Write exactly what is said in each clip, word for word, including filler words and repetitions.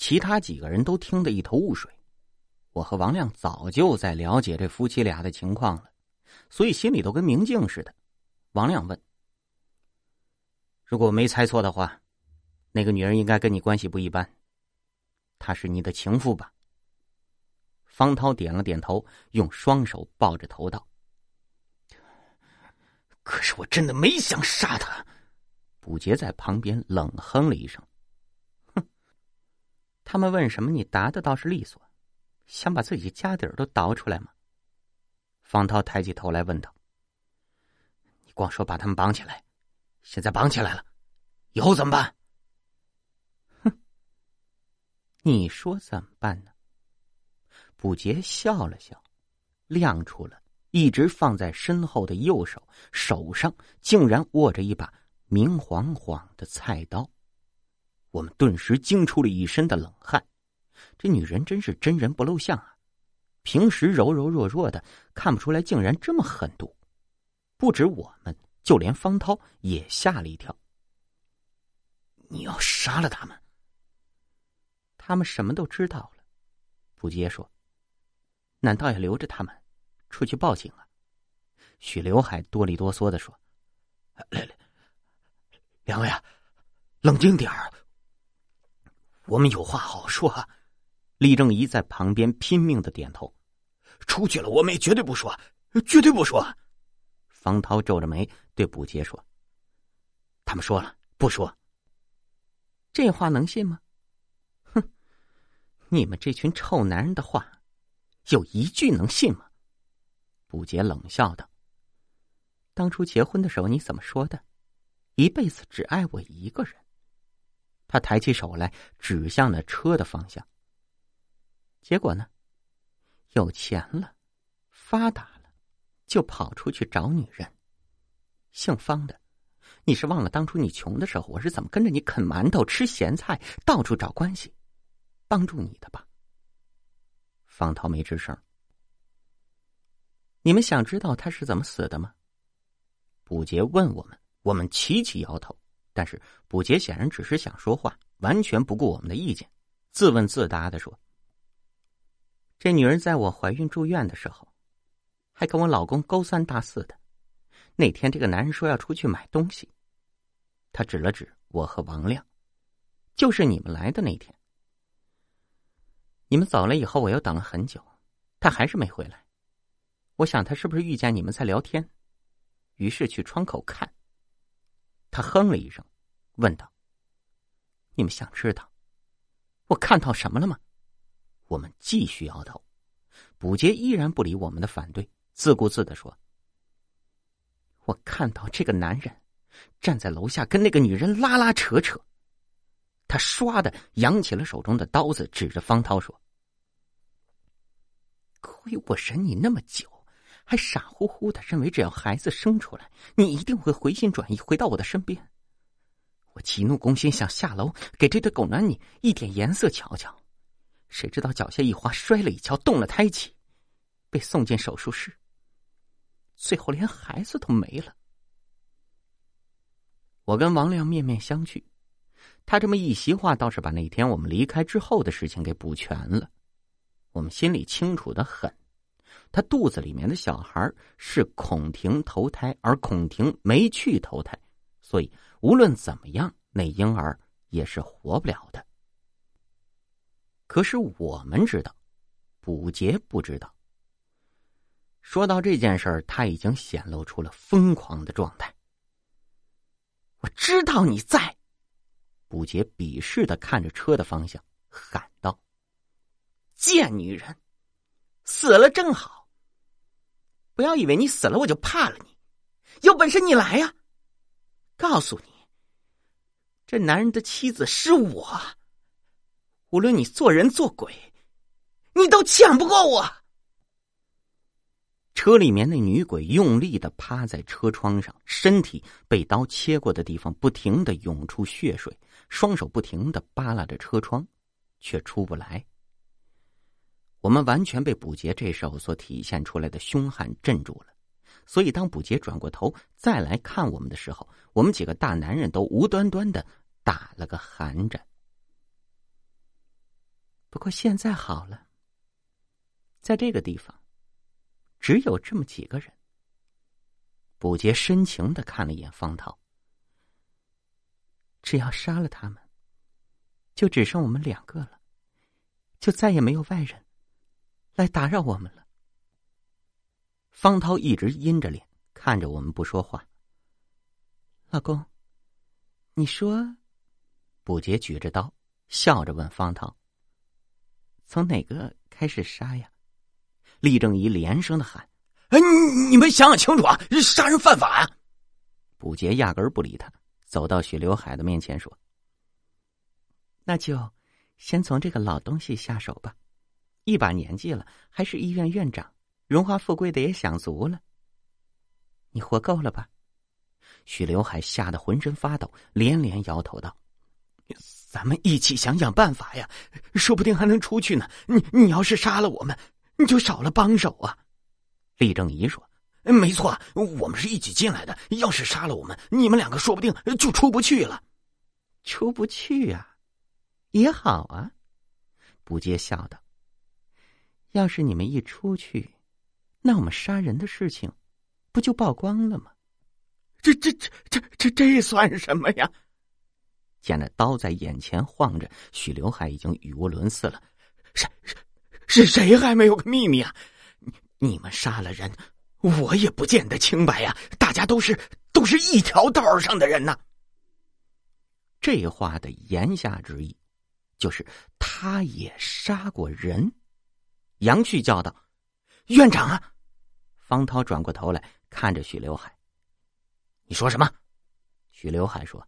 其他几个人都听得一头雾水。我和王亮早就在了解这夫妻俩的情况了，所以心里都跟明镜似的。王亮问：如果我没猜错的话，那个女人应该跟你关系不一般，她是你的情妇吧？方涛点了点头，用双手抱着头道：可是我真的没想杀她。卜杰在旁边冷哼了一声：哼，他们问什么你答的倒是利索，想把自己家底儿都倒出来吗？方涛抬起头来问道：你光说把他们绑起来，现在绑起来了，以后怎么办？哼，你说怎么办呢？卜杰笑了笑，亮出了一直放在身后的右手，手上竟然握着一把明晃晃的菜刀。我们顿时惊出了一身的冷汗，这女人真是真人不露相啊！平时柔柔弱弱的，看不出来竟然这么狠毒。不止我们，就连方涛也吓了一跳。你要杀了他们？他们什么都知道了。卜杰说：难道要留着他们出去报警啊？许刘海哆里哆嗦的说：两位啊，冷静点儿，我们有话好说啊。厉正仪在旁边拼命的点头：出去了我们也绝对不说，绝对不说。方涛皱着眉对卜杰说：他们说了不说。这话能信吗？哼，你们这群臭男人的话有一句能信吗？卜杰冷笑道：当初结婚的时候你怎么说的？一辈子只爱我一个人。他抬起手来指向那车的方向。结果呢？有钱了，发达了，就跑出去找女人。姓方的，你是忘了当初你穷的时候，我是怎么跟着你啃馒头吃咸菜，到处找关系帮助你的吧？方涛没吱声。你们想知道他是怎么死的吗？卜杰问我们，我们齐齐摇头。但是卜杰显然只是想说话，完全不顾我们的意见，自问自答地说：这女人在我怀孕住院的时候，还跟我老公勾三搭四的。那天这个男人说要出去买东西，他指了指我和王亮，就是你们来的那天。你们走了以后，我又等了很久，他还是没回来。我想他是不是遇见你们在聊天，于是去窗口看。他哼了一声，问道：你们想知道我看到什么了吗？我们继续摇头。卜杰依然不理我们的反对，自顾自地说：我看到这个男人站在楼下跟那个女人拉拉扯扯。他唰的扬起了手中的刀子，指着方涛说：亏我忍你那么久，还傻乎乎的认为只要孩子生出来，你一定会回心转意回到我的身边。我急怒攻心，想下楼给这对狗男女一点颜色瞧瞧，谁知道脚下一滑，摔了一跤，动了胎气，被送进手术室，最后连孩子都没了。我跟王亮面面相觑，他这么一席话倒是把那天我们离开之后的事情给补全了。我们心里清楚得很，他肚子里面的小孩是孔婷投胎，而孔婷没去投胎，所以无论怎么样，那婴儿也是活不了的。可是我们知道，卜杰不知道。说到这件事儿，他已经显露出了疯狂的状态。我知道你在！卜杰鄙视地看着车的方向，喊道：贱女人，死了正好！不要以为你死了我就怕了你，有本事你来呀！告诉你，这男人的妻子是我，无论你做人做鬼，你都抢不过我！车里面那女鬼用力地趴在车窗上，身体被刀切过的地方不停地涌出血水，双手不停地扒拉着车窗，却出不来。我们完全被卜杰这时候所体现出来的凶悍镇住了，所以当卜杰转过头再来看我们的时候，我们几个大男人都无端端地打了个寒颤。 过现在好了，在这个地方，只有这么几个人。卜杰深情地看了一眼方涛，只要杀了他们，就只剩我们两个了，就再也没有外人来打扰我们了。方涛一直阴着脸看着我们不说话。老公，你说？卜杰举着刀笑着问方涛，从哪个开始杀呀？厉正仪连声的喊，哎，你们想想清楚啊，杀人犯法呀！卜杰压根儿不理他，走到许刘海的面前说，那就先从这个老东西下手吧，一把年纪了，还是医院院长，荣华富贵的也享足了。你活够了吧？许刘海吓得浑身发抖，连连摇头道，咱们一起想想办法呀，说不定还能出去呢。你你要是杀了我们，你就少了帮手啊。厉正仪说，没错，我们是一起进来的，要是杀了我们，你们两个说不定就出不去了。出不去啊，也好啊。卜杰笑道，要是你们一出去，那我们杀人的事情不就曝光了吗？这这这这这这算什么呀？见着刀在眼前晃着，许刘海已经语无伦次了。是是是谁还没有个秘密啊？你你们杀了人，我也不见得清白呀。大家都是都是一条道上的人呐。这话的言下之意，就是他也杀过人。杨旭叫道：“院长啊！”方涛转过头来看着许刘海：“你说什么？”许刘海说：“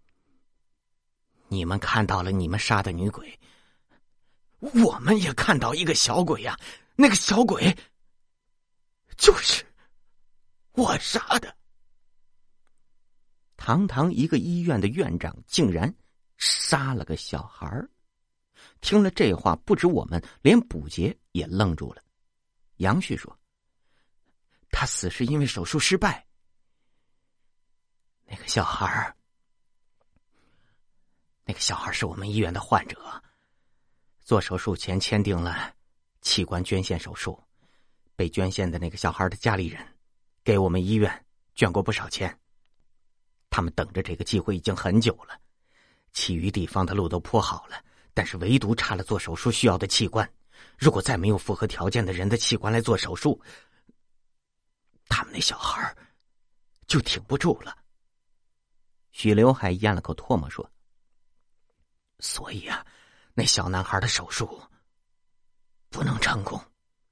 你们看到了你们杀的女鬼，我们也看到一个小鬼呀、啊，那个小鬼就是我杀的。”堂堂一个医院的院长竟然杀了个小孩儿。听了这话，不止我们，连卜杰也愣住了。杨旭说：“他死是因为手术失败。那个小孩儿，那个小孩是我们医院的患者，做手术前签订了器官捐献手术，被捐献的那个小孩的家里人给我们医院捐过不少钱。他们等着这个机会已经很久了，其余地方的路都铺好了，但是唯独差了做手术需要的器官。如果再没有符合条件的人的器官来做手术，他们那小孩就挺不住了。”许刘海咽了口唾沫说：“所以啊，那小男孩的手术不能成功。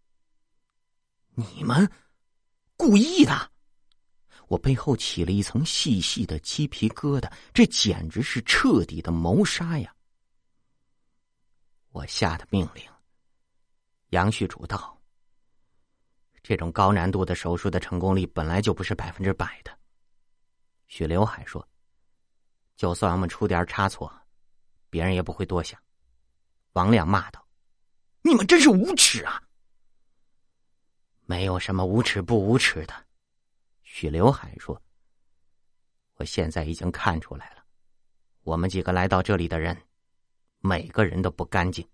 你们故意的？”我背后起了一层细细的鸡皮疙瘩，这简直是彻底的谋杀呀！我下的命令，杨旭主导。这种高难度的手术的成功率本来就不是百分之百的。许刘海说：“就算我们出点差错，别人也不会多想。”王亮骂道：“你们真是无耻啊！”没有什么无耻不无耻的。许刘海说：“我现在已经看出来了，我们几个来到这里的人，每个人都不干净。”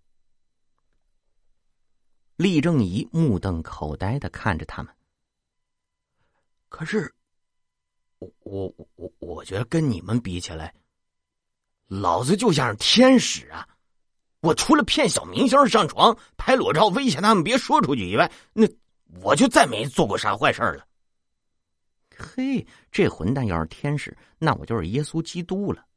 厉正仪目瞪口呆的看着他们。可是，我我我我觉得跟你们比起来，老子就像是天使啊！我除了骗小明星上床、拍裸照、威胁他们别说出去以外，那我就再没做过啥坏事了。嘿，这混蛋要是天使，那我就是耶稣基督了。